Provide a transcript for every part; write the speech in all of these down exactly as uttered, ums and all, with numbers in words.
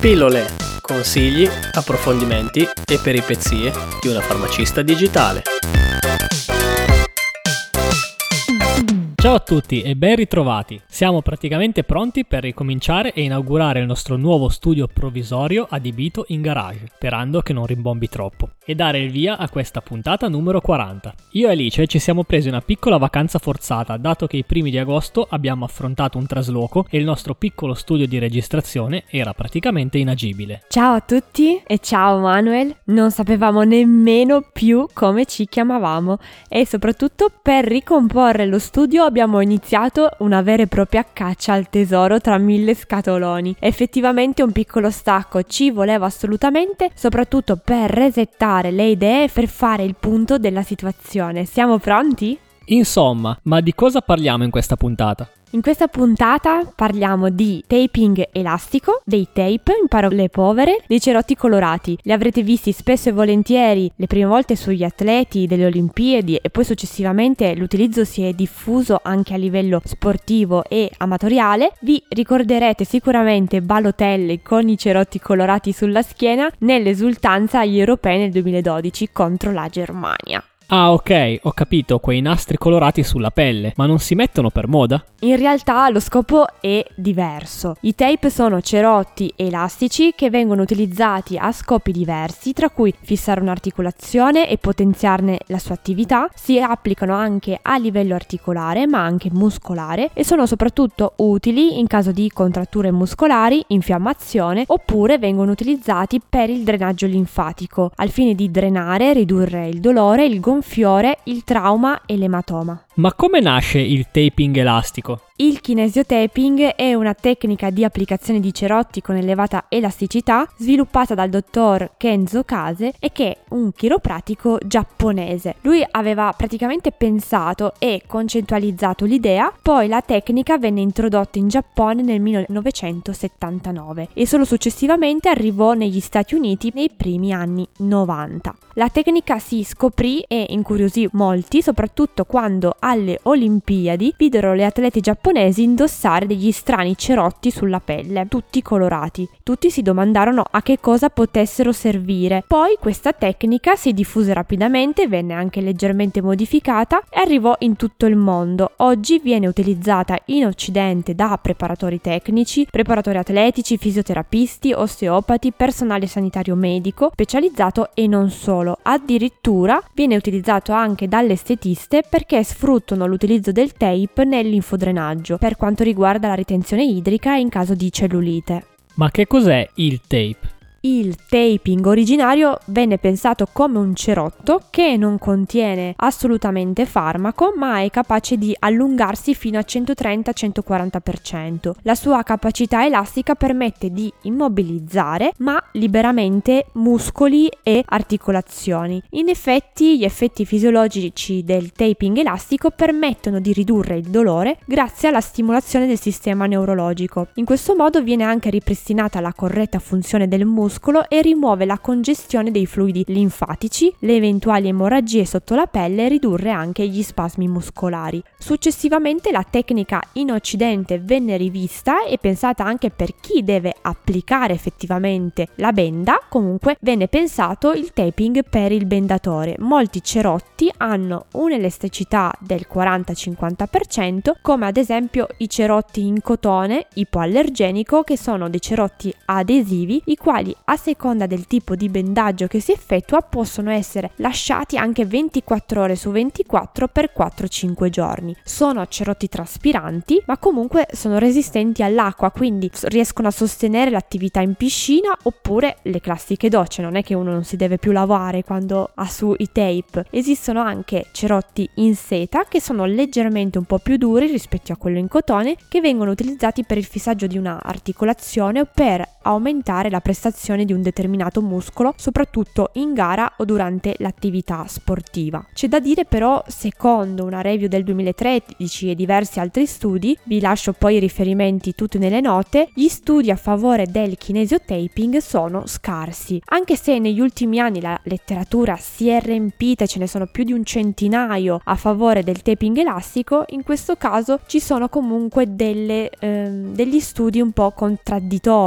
Pillole, consigli, approfondimenti e peripezie di una farmacista digitale. Ciao a tutti e ben ritrovati. Siamo praticamente pronti per ricominciare e inaugurare il nostro nuovo studio provvisorio adibito in garage, sperando che non rimbombi troppo, e dare il via a questa puntata numero quaranta. Io e Alice ci siamo presi una piccola vacanza forzata, dato che i primi di agosto abbiamo affrontato un trasloco e il nostro piccolo studio di registrazione era praticamente inagibile. Ciao a tutti e ciao Manuel, non sapevamo nemmeno più come ci chiamavamo e soprattutto per ricomporre lo studio abbiamo iniziato una vera e propria caccia al tesoro tra mille scatoloni. Effettivamente un piccolo stacco ci voleva assolutamente, soprattutto per resettare le idee e per fare il punto della situazione. Siamo pronti? Insomma, ma di cosa parliamo in questa puntata? In questa puntata parliamo di taping elastico, dei tape, in parole povere, dei cerotti colorati. Li avrete visti spesso e volentieri le prime volte sugli atleti delle Olimpiadi e poi successivamente l'utilizzo si è diffuso anche a livello sportivo e amatoriale. Vi ricorderete sicuramente Balotelli con i cerotti colorati sulla schiena nell'esultanza agli europei nel duemiladodici contro la Germania. Ah, ok, ho capito, quei nastri colorati sulla pelle, ma non si mettono per moda? In realtà lo scopo è diverso. I tape sono cerotti elastici che vengono utilizzati a scopi diversi, tra cui fissare un'articolazione e potenziarne la sua attività. Si applicano anche a livello articolare, ma anche muscolare, e sono soprattutto utili in caso di contratture muscolari, infiammazione, oppure vengono utilizzati per il drenaggio linfatico, al fine di drenare, ridurre il dolore, il gonfiore, il trauma e l'ematoma. Ma come nasce il taping elastico? Il kinesiotaping è una tecnica di applicazione di cerotti con elevata elasticità sviluppata dal dottor Kenzo Kase e che è un chiropratico giapponese. Lui aveva praticamente pensato e concettualizzato l'idea, poi la tecnica venne introdotta in Giappone nel millenovecentosettantanove e solo successivamente arrivò negli Stati Uniti nei primi anni novanta. La tecnica si scoprì e incuriosì molti, soprattutto quando alle Olimpiadi videro le atleti giapponesi indossare degli strani cerotti sulla pelle, tutti colorati. Tutti si domandarono a che cosa potessero servire. Poi questa tecnica si diffuse rapidamente, venne anche leggermente modificata e arrivò in tutto il mondo. Oggi viene utilizzata in Occidente da preparatori tecnici, preparatori atletici, fisioterapisti, osteopati, personale sanitario medico specializzato e non solo. Addirittura viene utilizzato anche dalle estetiste perché sfruttano l'utilizzo del tape nell'infodrenaggio per quanto riguarda la ritenzione idrica in caso di cellulite. Ma che cos'è il tape? Il taping originario venne pensato come un cerotto che non contiene assolutamente farmaco, ma è capace di allungarsi fino a centotrenta centoquaranta per cento. La sua capacità elastica permette di immobilizzare, ma liberamente, muscoli e articolazioni. In effetti, gli effetti fisiologici del taping elastico permettono di ridurre il dolore grazie alla stimolazione del sistema neurologico. In questo modo viene anche ripristinata la corretta funzione del muscolo e rimuove la congestione dei fluidi linfatici, le eventuali emorragie sotto la pelle e ridurre anche gli spasmi muscolari. Successivamente la tecnica in Occidente venne rivista e pensata anche per chi deve applicare effettivamente la benda. Comunque venne pensato il taping per il bendatore. Molti cerotti hanno un'elasticità del quaranta cinquanta per cento, come ad esempio i cerotti in cotone ipoallergenico, che sono dei cerotti adesivi i quali a seconda del tipo di bendaggio che si effettua possono essere lasciati anche ventiquattro ore su ventiquattro per quattro cinque giorni. Sono cerotti traspiranti, ma comunque sono resistenti all'acqua, quindi riescono a sostenere l'attività in piscina oppure le classiche docce. Non è che uno non si deve più lavare quando ha su i tape. Esistono anche cerotti in seta che sono leggermente un po' più duri rispetto a quello in cotone, che vengono utilizzati per il fissaggio di una articolazione o per aumentare la prestazione di un determinato muscolo, soprattutto in gara o durante l'attività sportiva. C'è da dire però, secondo una review del duemilatredici e diversi altri studi, vi lascio poi i riferimenti tutti nelle note, gli studi a favore del kinesiotaping sono scarsi, anche se negli ultimi anni la letteratura si è riempita e ce ne sono più di un centinaio a favore del taping elastico. In questo caso ci sono comunque delle, ehm, degli studi un po' contraddittori. L'utilizzo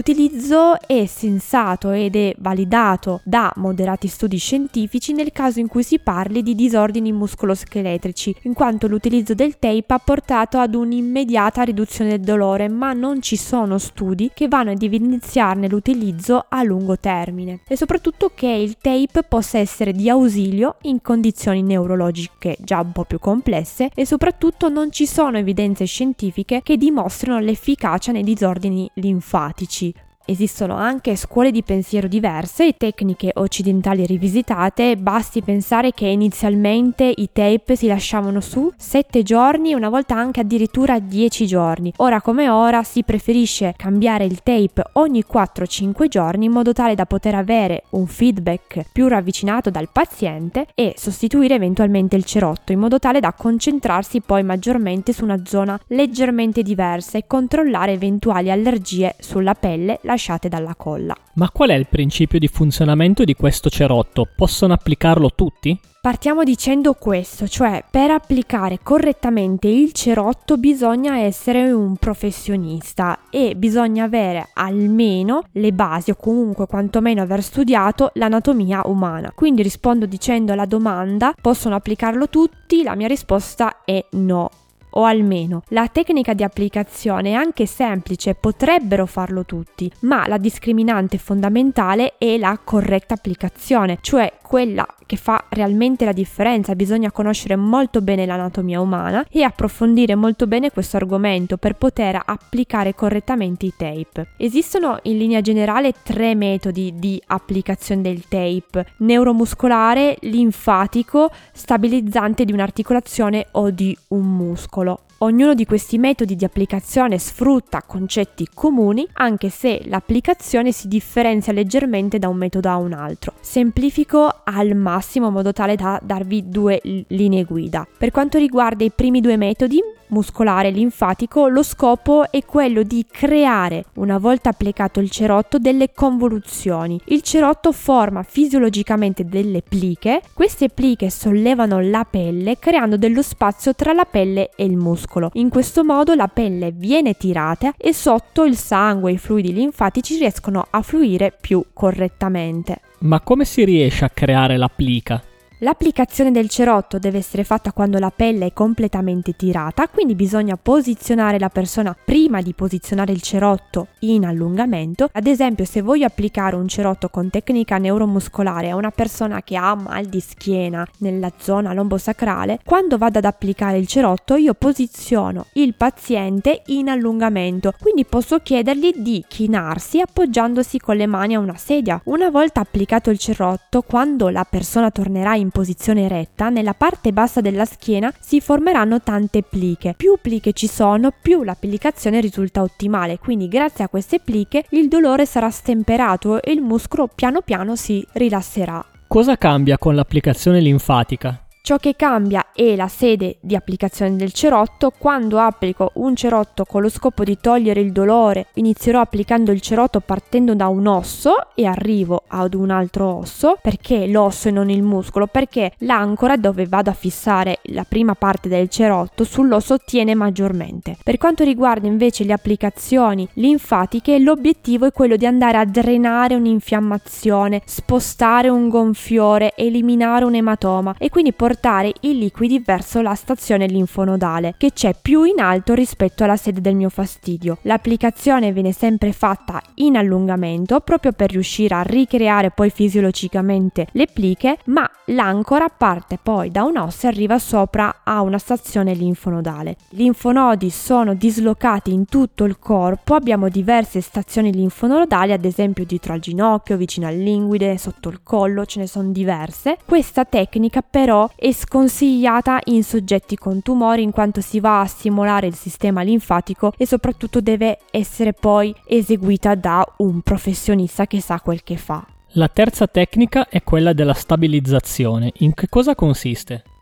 l'utilizzo è sensato ed è validato da moderati studi scientifici nel caso in cui si parli di disordini muscoloscheletrici, in quanto l'utilizzo del tape ha portato ad un'immediata riduzione del dolore, ma non ci sono studi che vanno ad evidenziarne l'utilizzo a lungo termine, e soprattutto che il tape possa essere di ausilio in condizioni neurologiche già un po' più complesse, e soprattutto non ci sono evidenze scientifiche che dimostrano l'efficacia nei disordini linfatici. Esistono anche scuole di pensiero diverse e tecniche occidentali rivisitate. Basti pensare che inizialmente i tape si lasciavano su sette giorni e una volta anche addirittura dieci giorni. Ora come ora si preferisce cambiare il tape ogni quattro cinque giorni in modo tale da poter avere un feedback più ravvicinato dal paziente e sostituire eventualmente il cerotto in modo tale da concentrarsi poi maggiormente su una zona leggermente diversa e controllare eventuali allergie sulla pelle lasciate dalla colla. Ma qual è il principio di funzionamento di questo cerotto? Possono applicarlo tutti? Partiamo dicendo questo, cioè per applicare correttamente il cerotto bisogna essere un professionista e bisogna avere almeno le basi o comunque quantomeno aver studiato l'anatomia umana. Quindi rispondo dicendo alla domanda: possono applicarlo tutti? La mia risposta è no. O almeno la tecnica di applicazione è anche semplice, potrebbero farlo tutti, ma la discriminante fondamentale è la corretta applicazione, cioè quella che fa realmente la differenza. Bisogna conoscere molto bene l'anatomia umana e approfondire molto bene questo argomento per poter applicare correttamente i tape. Esistono in linea generale tre metodi di applicazione del tape: neuromuscolare, linfatico, stabilizzante di un'articolazione o di un muscolo. Ognuno di questi metodi di applicazione sfrutta concetti comuni, anche se l'applicazione si differenzia leggermente da un metodo a un altro. Semplifico al massimo in modo tale da darvi due linee guida. Per quanto riguarda i primi due metodi, muscolare e linfatico, lo scopo è quello di creare, una volta applicato il cerotto, delle convoluzioni. Il cerotto forma fisiologicamente delle pliche. Queste pliche sollevano la pelle creando dello spazio tra la pelle e il muscolo. In questo modo la pelle viene tirata e sotto il sangue e i fluidi linfatici riescono a fluire più correttamente. Ma come si riesce a creare la plica? L'applicazione del cerotto deve essere fatta quando la pelle è completamente tirata, quindi bisogna posizionare la persona prima di posizionare il cerotto in allungamento. Ad esempio, se voglio applicare un cerotto con tecnica neuromuscolare a una persona che ha mal di schiena nella zona lombosacrale, quando vado ad applicare il cerotto io posiziono il paziente in allungamento, quindi posso chiedergli di chinarsi appoggiandosi con le mani a una sedia. Una volta applicato il cerotto, quando la persona tornerà in posizione retta, nella parte bassa della schiena si formeranno tante pliche. Più pliche ci sono, più l'applicazione risulta ottimale, quindi grazie a queste pliche il dolore sarà stemperato e il muscolo piano piano si rilasserà. Cosa cambia con l'applicazione linfatica? Ciò che cambia è la sede di applicazione del cerotto. Quando applico un cerotto con lo scopo di togliere il dolore, inizierò applicando il cerotto partendo da un osso e arrivo ad un altro osso. Perché l'osso e non il muscolo? Perché l'ancora dove vado a fissare la prima parte del cerotto sull'osso tiene maggiormente. Per quanto riguarda invece le applicazioni linfatiche, l'obiettivo è quello di andare a drenare un'infiammazione, spostare un gonfiore, eliminare un ematoma e quindi portare i liquidi verso la stazione linfonodale, che c'è più in alto rispetto alla sede del mio fastidio. L'applicazione viene sempre fatta in allungamento proprio per riuscire a ricreare poi fisiologicamente le pliche, ma l'ancora parte poi da un osso e arriva sopra a una stazione linfonodale. I linfonodi sono dislocati in tutto il corpo, abbiamo diverse stazioni linfonodali, ad esempio dietro al ginocchio, vicino all'inguine, sotto il collo, ce ne sono diverse. Questa tecnica però è sconsigliata in soggetti con tumori, in quanto si va a stimolare il sistema linfatico e soprattutto deve essere poi eseguita da un professionista che sa quel che fa. La terza tecnica è quella della stabilizzazione. In che cosa consiste?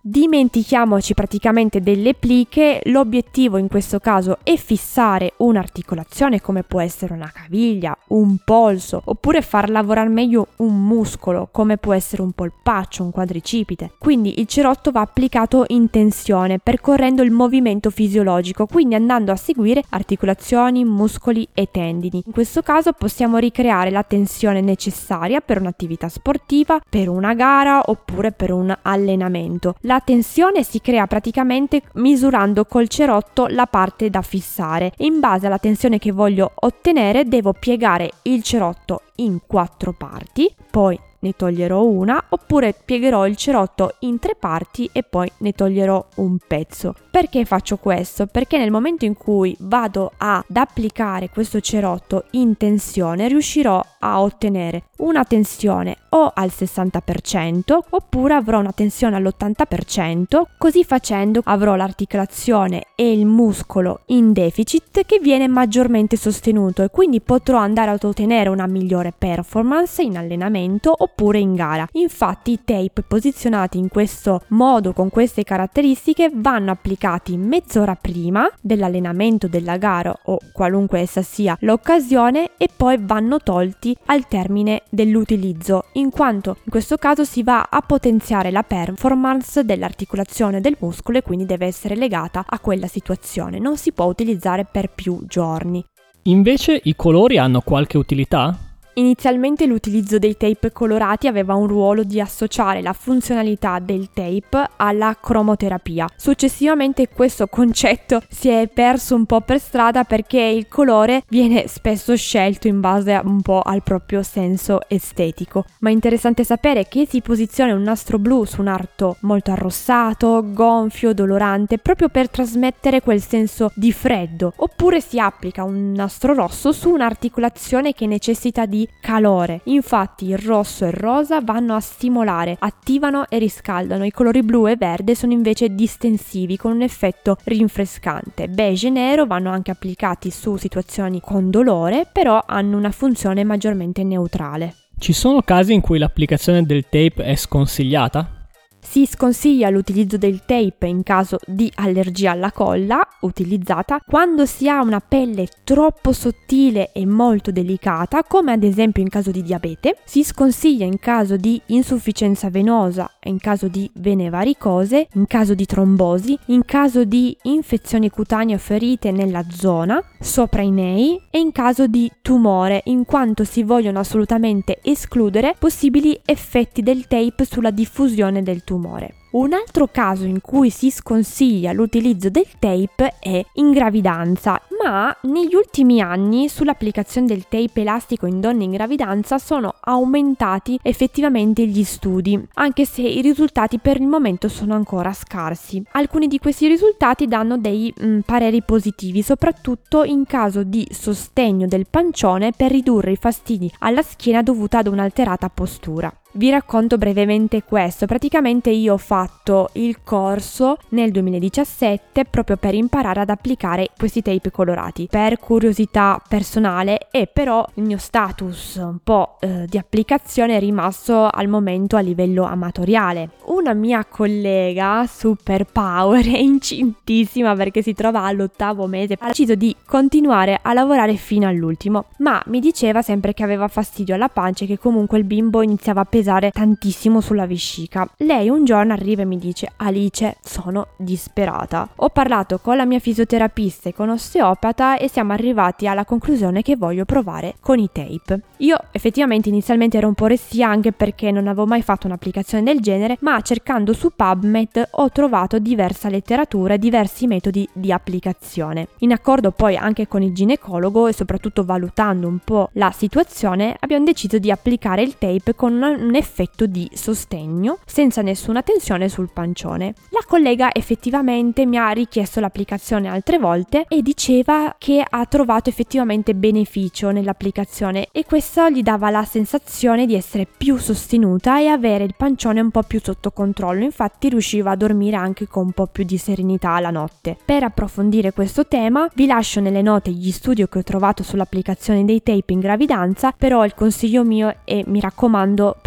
Dimentichiamoci praticamente delle pliche, l'obiettivo in questo caso è fissare un'articolazione come può essere una caviglia, un polso, oppure far lavorare meglio un muscolo come può essere un polpaccio, un quadricipite. Quindi il cerotto va applicato in tensione, percorrendo il movimento fisiologico, quindi andando a seguire articolazioni, muscoli e tendini. In questo caso possiamo ricreare la tensione necessaria per un'attività sportiva, per una gara oppure per un allenamento. La tensione si crea praticamente misurando col cerotto la parte da fissare e in base alla tensione che voglio ottenere devo piegare il cerotto in quattro parti, poi ne toglierò una, oppure piegherò il cerotto in tre parti e poi ne toglierò un pezzo. Perché faccio questo? Perché nel momento in cui vado ad applicare questo cerotto in tensione riuscirò a ottenere una tensione o al sessanta per cento oppure avrò una tensione all'ottanta per cento. Così facendo avrò l'articolazione e il muscolo in deficit che viene maggiormente sostenuto e quindi potrò andare ad ottenere una migliore performance in allenamento oppure in gara. Infatti i tape posizionati in questo modo con queste caratteristiche vanno applicati mezz'ora prima dell'allenamento, della gara o qualunque essa sia l'occasione e poi vanno tolti al termine dell'utilizzo, in quanto in questo caso si va a potenziare la performance dell'articolazione del muscolo e quindi deve essere legata a quella situazione, non si può utilizzare per più giorni. Invece i colori hanno qualche utilità? Inizialmente l'utilizzo dei tape colorati aveva un ruolo di associare la funzionalità del tape alla cromoterapia. Successivamente questo concetto si è perso un po' per strada perché il colore viene spesso scelto in base un po' al proprio senso estetico. Ma è interessante sapere che si posiziona un nastro blu su un arto molto arrossato, gonfio, dolorante, proprio per trasmettere quel senso di freddo, oppure si applica un nastro rosso su un'articolazione che necessita di calore. Infatti il rosso e il rosa vanno a stimolare, attivano e riscaldano. I colori blu e verde sono invece distensivi con un effetto rinfrescante. Beige e nero vanno anche applicati su situazioni con dolore, però hanno una funzione maggiormente neutrale. Ci sono casi in cui l'applicazione del tape è sconsigliata? Si sconsiglia l'utilizzo del tape in caso di allergia alla colla utilizzata quando si ha una pelle troppo sottile e molto delicata, come ad esempio in caso di diabete. Si sconsiglia in caso di insufficienza venosa, in caso di vene varicose, in caso di trombosi, in caso di infezioni cutanee o ferite nella zona sopra i nei e in caso di tumore, in quanto si vogliono assolutamente escludere possibili effetti del tape sulla diffusione del tumore. Un altro caso in cui si sconsiglia l'utilizzo del tape è in gravidanza, ma negli ultimi anni sull'applicazione del tape elastico in donne in gravidanza sono aumentati effettivamente gli studi, anche se i risultati per il momento sono ancora scarsi. Alcuni di questi risultati danno dei mh, pareri positivi, soprattutto in caso di sostegno del pancione per ridurre i fastidi alla schiena dovuta ad un'alterata postura. Vi racconto brevemente questo. Praticamente io ho fatto il corso nel duemiladiciassette proprio per imparare ad applicare questi tape colorati per curiosità personale, e però il mio status un po' eh, di applicazione è rimasto al momento a livello amatoriale. Una mia collega super power è incintissima perché si trova all'ottavo mese, ha deciso di continuare a lavorare fino all'ultimo, ma mi diceva sempre che aveva fastidio alla pancia e che comunque il bimbo iniziava a pesare tantissimo sulla vescica. Lei un giorno arriva e mi dice: Alice, sono disperata. Ho parlato con la mia fisioterapista e con osteopata e siamo arrivati alla conclusione che voglio provare con i tape. Io effettivamente inizialmente ero un po' restia, anche perché non avevo mai fatto un'applicazione del genere, ma cercando su PubMed ho trovato diversa letteratura e diversi metodi di applicazione. In accordo poi anche con il ginecologo e soprattutto valutando un po' la situazione, abbiamo deciso di applicare il tape con una, un effetto di sostegno senza nessuna tensione sul pancione. La collega effettivamente mi ha richiesto l'applicazione altre volte e diceva che ha trovato effettivamente beneficio nell'applicazione, e questo gli dava la sensazione di essere più sostenuta e avere il pancione un po' più sotto controllo. Infatti riusciva a dormire anche con un po' più di serenità la notte. Per approfondire questo tema vi lascio nelle note gli studi che ho trovato sull'applicazione dei tape in gravidanza, però il consiglio mio è, mi raccomando, parlare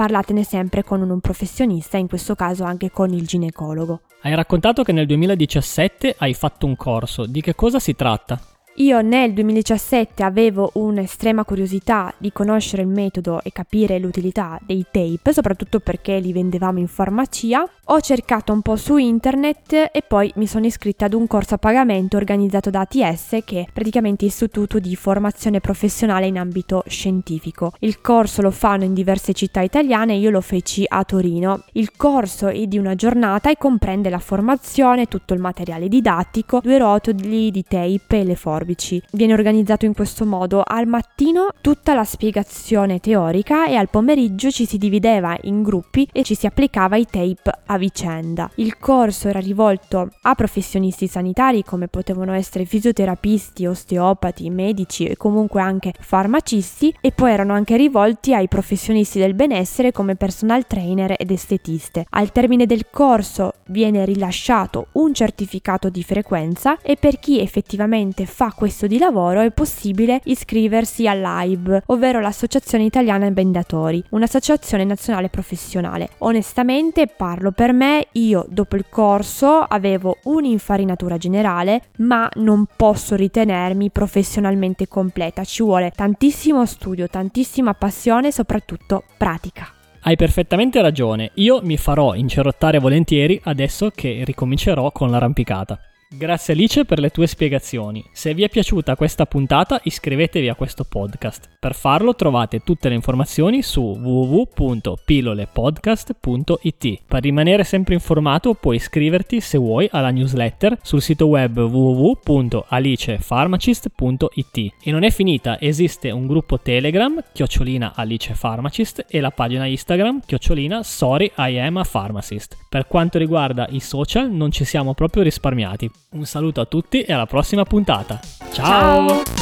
parlatene sempre con un professionista, in questo caso anche con il ginecologo. Hai raccontato che nel duemiladiciassette hai fatto un corso, di che cosa si tratta? Io nel duemiladiciassette avevo un'estrema curiosità di conoscere il metodo e capire l'utilità dei tape, soprattutto perché li vendevamo in farmacia. Ho cercato un po' su internet e poi mi sono iscritta ad un corso a pagamento organizzato da A T S, che è praticamente Istituto di Formazione Professionale in ambito scientifico. Il corso lo fanno in diverse città italiane, io lo feci a Torino. Il corso è di una giornata e comprende la formazione, tutto il materiale didattico, due rotoli di tape e le forbici. Viene organizzato in questo modo: al mattino tutta la spiegazione teorica e al pomeriggio ci si divideva in gruppi e ci si applicava i tape a vicenda. Il corso era rivolto a professionisti sanitari come potevano essere fisioterapisti, osteopati, medici e comunque anche farmacisti, e poi erano anche rivolti ai professionisti del benessere come personal trainer ed estetiste. Al termine del corso viene rilasciato un certificato di frequenza e per chi effettivamente fa questo di lavoro è possibile iscriversi all'A I B, ovvero l'Associazione Italiana Bendatori, un'associazione nazionale professionale. Onestamente parlo per me, io dopo il corso avevo un'infarinatura generale, ma non posso ritenermi professionalmente completa. Ci vuole tantissimo studio, tantissima passione e soprattutto pratica. Hai perfettamente ragione, io mi farò incerottare volentieri adesso che ricomincerò con l'arrampicata. Grazie Alice per le tue spiegazioni. Se vi è piaciuta questa puntata, iscrivetevi a questo podcast. Per farlo trovate tutte le informazioni su w w w punto pillolepodcast punto i t. Per rimanere sempre informato puoi iscriverti, se vuoi, alla newsletter sul sito web w w w punto alicepharmacist punto i t. E non è finita, esiste un gruppo Telegram, chiocciolina alicepharmacist, e la pagina Instagram, chiocciolina sorry I am a pharmacist. Per quanto riguarda i social non ci siamo proprio risparmiati. Un saluto a tutti e alla prossima puntata. Ciao! Ciao!